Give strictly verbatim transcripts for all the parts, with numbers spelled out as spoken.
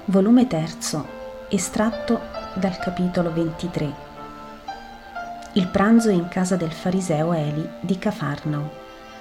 Volume terzo, estratto dal capitolo ventitré. Il pranzo in casa del fariseo Eli di Cafarnao.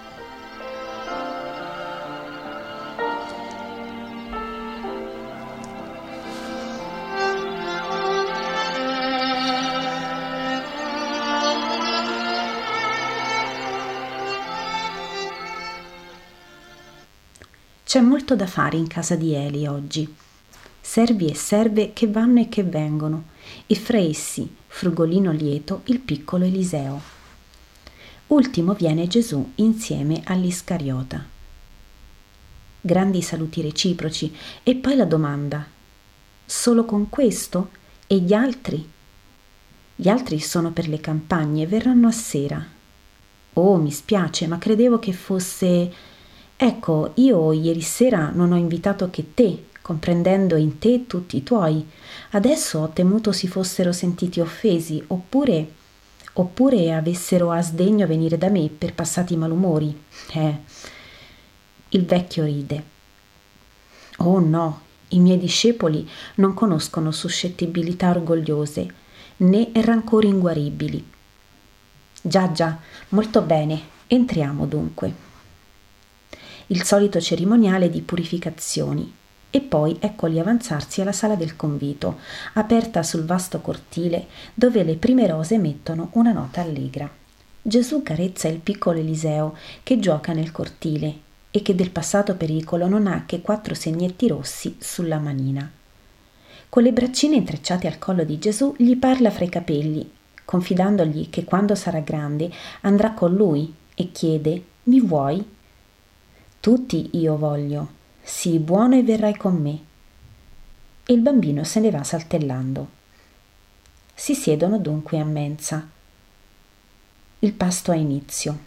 C'è molto da fare in casa di Eli oggi. Servi e serve che vanno e che vengono, e fra essi, frugolino lieto, il piccolo Eliseo. Ultimo viene Gesù insieme all'Iscariota. Grandi saluti reciproci e poi la domanda: solo con questo? E gli altri? Gli altri sono per le campagne e verranno a sera. Oh, mi spiace, ma credevo che fosse... Ecco, io ieri sera non ho invitato che te, comprendendo in te tutti i tuoi. Adesso ho temuto si fossero sentiti offesi, oppure, oppure avessero a sdegno venire da me per passati malumori. Eh, il vecchio ride. Oh no, i miei discepoli non conoscono suscettibilità orgogliose, né rancori inguaribili. Già, già, molto bene, entriamo dunque. Il solito cerimoniale di purificazioni. E poi eccoli avanzarsi alla sala del convito, aperta sul vasto cortile dove le prime rose mettono una nota allegra. Gesù carezza il piccolo Eliseo che gioca nel cortile e che del passato pericolo non ha che quattro segnetti rossi sulla manina. Con le braccine intrecciate al collo di Gesù gli parla fra i capelli, confidandogli che quando sarà grande andrà con lui e chiede: «Mi vuoi?» «Tutti io voglio. Sii buono e verrai con me». E il bambino se ne va saltellando. Si siedono dunque a mensa. Il pasto ha inizio.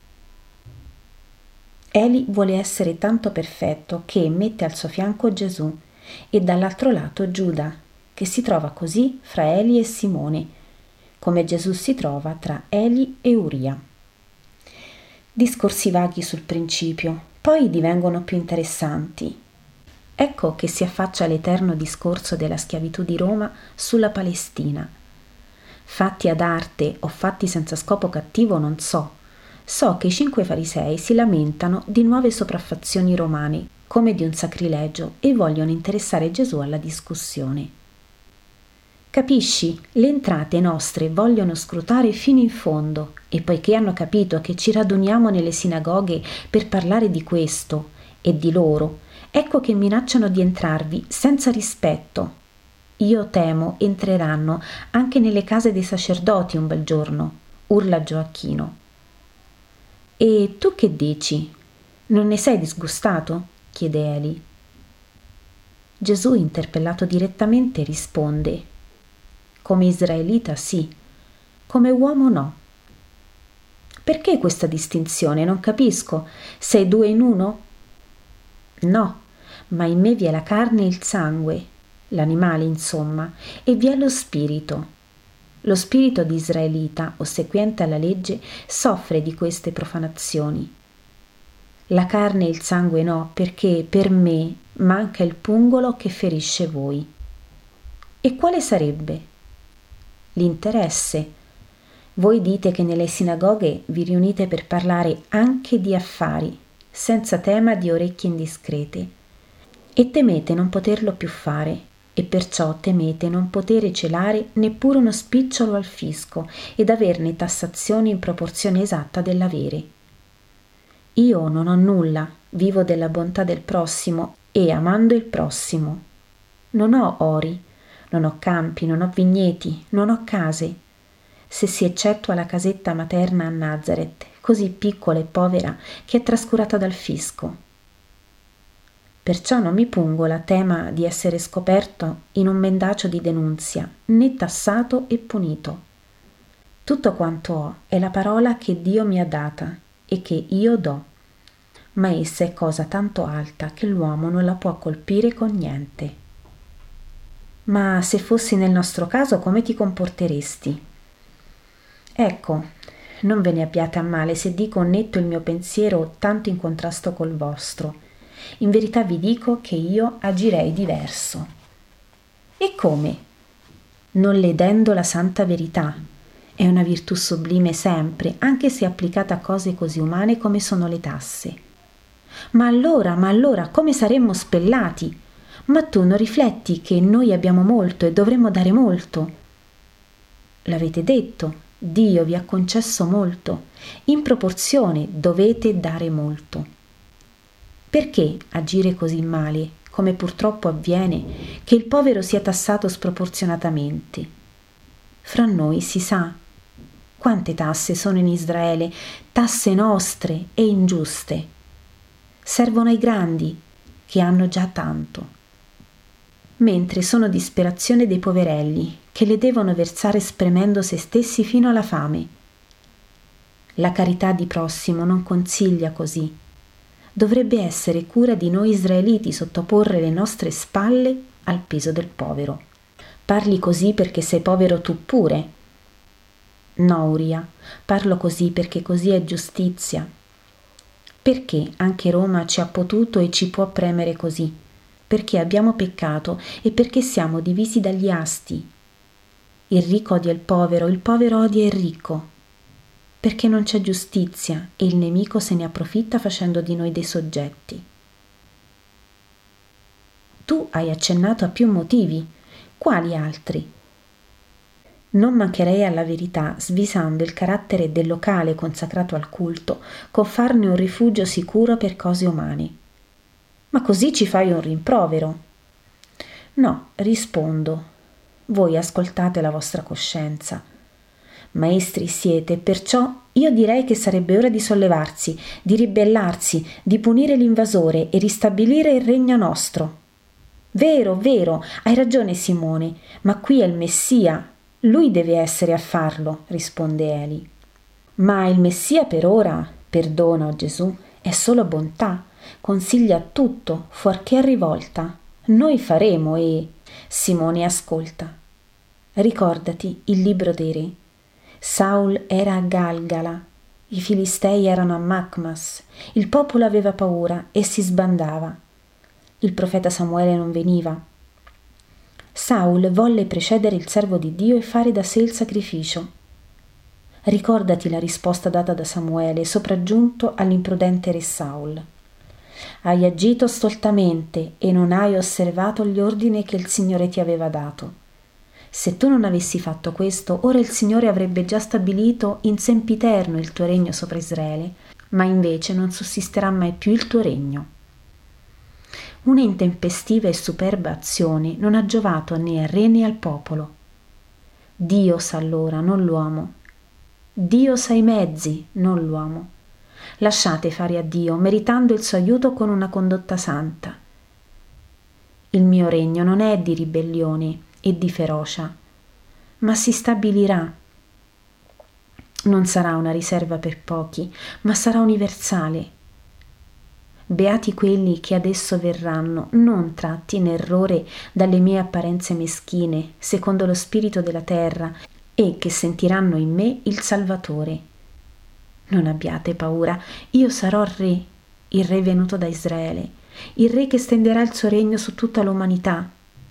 Eli vuole essere tanto perfetto che mette al suo fianco Gesù e dall'altro lato Giuda, che si trova così fra Eli e Simone, come Gesù si trova tra Eli e Uria. Discorsi vaghi sul principio, poi divengono più interessanti. Ecco che si affaccia l'eterno discorso della schiavitù di Roma sulla Palestina. Fatti ad arte o fatti senza scopo cattivo non so. So che i cinque farisei si lamentano di nuove sopraffazioni romane, come di un sacrilegio, e vogliono interessare Gesù alla discussione. Capisci? Le entrate nostre vogliono scrutare fino in fondo, e poiché hanno capito che ci raduniamo nelle sinagoghe per parlare di questo e di loro, ecco che minacciano di entrarvi senza rispetto. Io temo entreranno anche nelle case dei sacerdoti un bel giorno, urla Gioacchino. E tu che dici? Non ne sei disgustato? Chiede Eli. Gesù, interpellato direttamente, risponde: come israelita sì, come uomo no. Perché questa distinzione? Non capisco. Sei due in uno? No, ma in me vi è la carne e il sangue, l'animale insomma, e vi è lo spirito. Lo spirito di israelita, ossequiente alla legge, soffre di queste profanazioni. La carne e il sangue no, perché per me manca il pungolo che ferisce voi. E quale sarebbe? L'interesse. Voi dite che nelle sinagoghe vi riunite per parlare anche di affari, senza tema di orecchie indiscrete, e temete non poterlo più fare, e perciò temete non potere celare neppure uno spicciolo al fisco ed averne tassazione in proporzione esatta dell'avere. Io non ho nulla, vivo della bontà del prossimo e amando il prossimo. Non ho ori, non ho campi, non ho vigneti, non ho case, se si eccettua la casetta materna a Nazareth, così piccola e povera che è trascurata dal fisco. Perciò non mi pungola tema di essere scoperto in un mendacio di denunzia, né tassato e punito. Tutto quanto ho è la parola che Dio mi ha data e che io do, ma essa è cosa tanto alta che l'uomo non la può colpire con niente. Ma se fossi nel nostro caso, come ti comporteresti? Ecco, non ve ne abbiate a male se dico netto il mio pensiero tanto in contrasto col vostro. In verità vi dico che io agirei diverso. E come? Non ledendo la santa verità. È una virtù sublime sempre, anche se applicata a cose così umane come sono le tasse. Ma allora, ma allora, come saremmo spellati? Ma tu non rifletti che noi abbiamo molto e dovremmo dare molto? L'avete detto, Dio vi ha concesso molto, in proporzione dovete dare molto. Perché agire così male, come purtroppo avviene, che il povero sia tassato sproporzionatamente? Fra noi si sa quante tasse sono in Israele, tasse nostre e ingiuste. Servono ai grandi, che hanno già tanto, mentre sono disperazione dei poverelli, che le devono versare spremendo se stessi fino alla fame. La carità di prossimo non consiglia così. Dovrebbe essere cura di noi israeliti sottoporre le nostre spalle al peso del povero. Parli così perché sei povero tu pure. No, Uria, parlo così perché così è giustizia. Perché anche Roma ci ha potuto e ci può premere così? Perché abbiamo peccato e perché siamo divisi dagli asti. Il ricco odia il povero, il povero odia il ricco. Perché non c'è giustizia e il nemico se ne approfitta facendo di noi dei soggetti. Tu hai accennato a più motivi. Quali altri? Non mancherei alla verità, svisando il carattere del locale consacrato al culto, con farne un rifugio sicuro per cose umane. Ma così ci fai un rimprovero. No, rispondo. Voi ascoltate la vostra coscienza. Maestri siete, perciò io direi che sarebbe ora di sollevarsi, di ribellarsi, di punire l'invasore e ristabilire il regno nostro. Vero, vero, hai ragione Simone, ma qui è il Messia. Lui deve essere a farlo, risponde Eli. Ma il Messia per ora, perdona o Gesù, è solo bontà, consiglia tutto, fuorché a rivolta. Noi faremo e... Simone, ascolta. Ricordati il libro dei re. Saul era a Galgala, i Filistei erano a Macmas, il popolo aveva paura e si sbandava. Il profeta Samuele non veniva. Saul volle precedere il servo di Dio e fare da sé il sacrificio. Ricordati la risposta data da Samuele, sopraggiunto all'imprudente re Saul. Hai agito stoltamente e non hai osservato gli ordini che il Signore ti aveva dato. Se tu non avessi fatto questo, ora il Signore avrebbe già stabilito in sempiterno il tuo regno sopra Israele, ma invece non sussisterà mai più il tuo regno. Una intempestiva e superba azione non ha giovato né al re né al popolo. Dio sa l'ora, non l'uomo. Dio sa i mezzi, non l'uomo. Lasciate fare a Dio, meritando il suo aiuto con una condotta santa. Il mio regno non è di ribellione e di ferocia, ma si stabilirà. Non sarà una riserva per pochi, ma sarà universale. Beati quelli che adesso verranno, non tratti in errore dalle mie apparenze meschine, secondo lo spirito della terra, e che sentiranno in me il Salvatore. Non abbiate paura, io sarò re, il re venuto da Israele, il re che stenderà il suo regno su tutta l'umanità.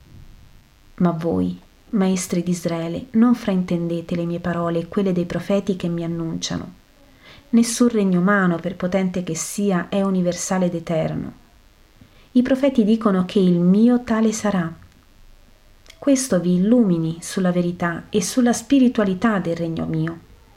Ma voi, maestri di Israele, non fraintendete le mie parole e quelle dei profeti che mi annunciano. Nessun regno umano, per potente che sia, è universale ed eterno. I profeti dicono che il mio tale sarà. Questo vi illumini sulla verità e sulla spiritualità del regno mio.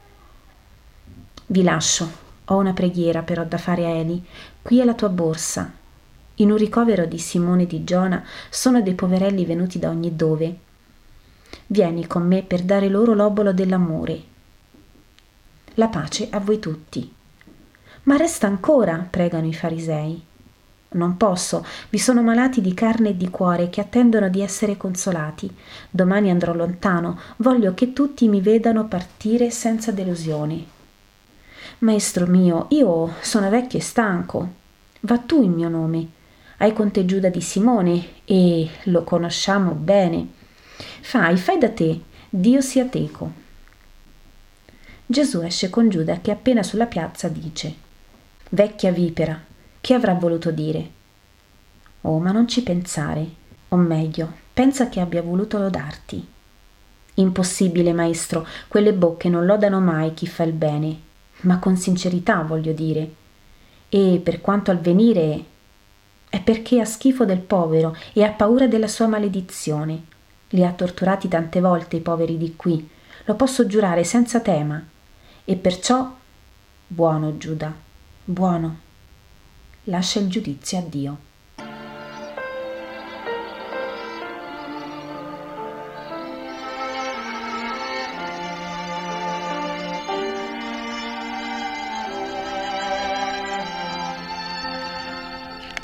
Vi lascio, ho una preghiera però da fare a Eli. Qui è la tua borsa. In un ricovero di Simone di Giona sono dei poverelli venuti da ogni dove. Vieni con me per dare loro l'obolo dell'amore. La pace a voi tutti. Ma resta ancora, pregano i farisei. Non posso, vi sono malati di carne e di cuore che attendono di essere consolati. Domani andrò lontano, voglio che tutti mi vedano partire senza delusione. Maestro mio, io sono vecchio e stanco. Va tu in mio nome. Hai con te Giuda di Simone e lo conosciamo bene. Fai, fai da te, Dio sia teco. Gesù esce con Giuda che appena sulla piazza dice: vecchia vipera, che avrà voluto dire? Oh, ma non ci pensare, o meglio, pensa che abbia voluto lodarti. Impossibile, maestro, quelle bocche non lodano mai chi fa il bene, ma con sincerità, voglio dire. E per quanto al venire, è perché ha schifo del povero e ha paura della sua maledizione. Li ha torturati tante volte i poveri di qui, lo posso giurare senza tema. E perciò, buono Giuda, buono. Lascia il giudizio a Dio.